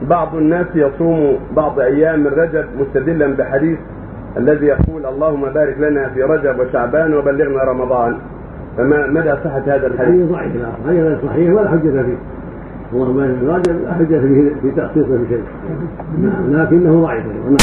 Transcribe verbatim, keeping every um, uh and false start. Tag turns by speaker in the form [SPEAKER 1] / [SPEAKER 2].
[SPEAKER 1] بعض الناس يصوم بعض أيام من رجب مستدلا بحديث الذي يقول اللهم بارك لنا في رجب وشعبان وبلغنا رمضان، فما مدى صحة هذا الحديث؟
[SPEAKER 2] ضعيف، لا غير صحيح ولا حجة فيه. اللهم بارك في رجب لا حجة فيه في تخصيصه بشيء، لكنه ضعيف.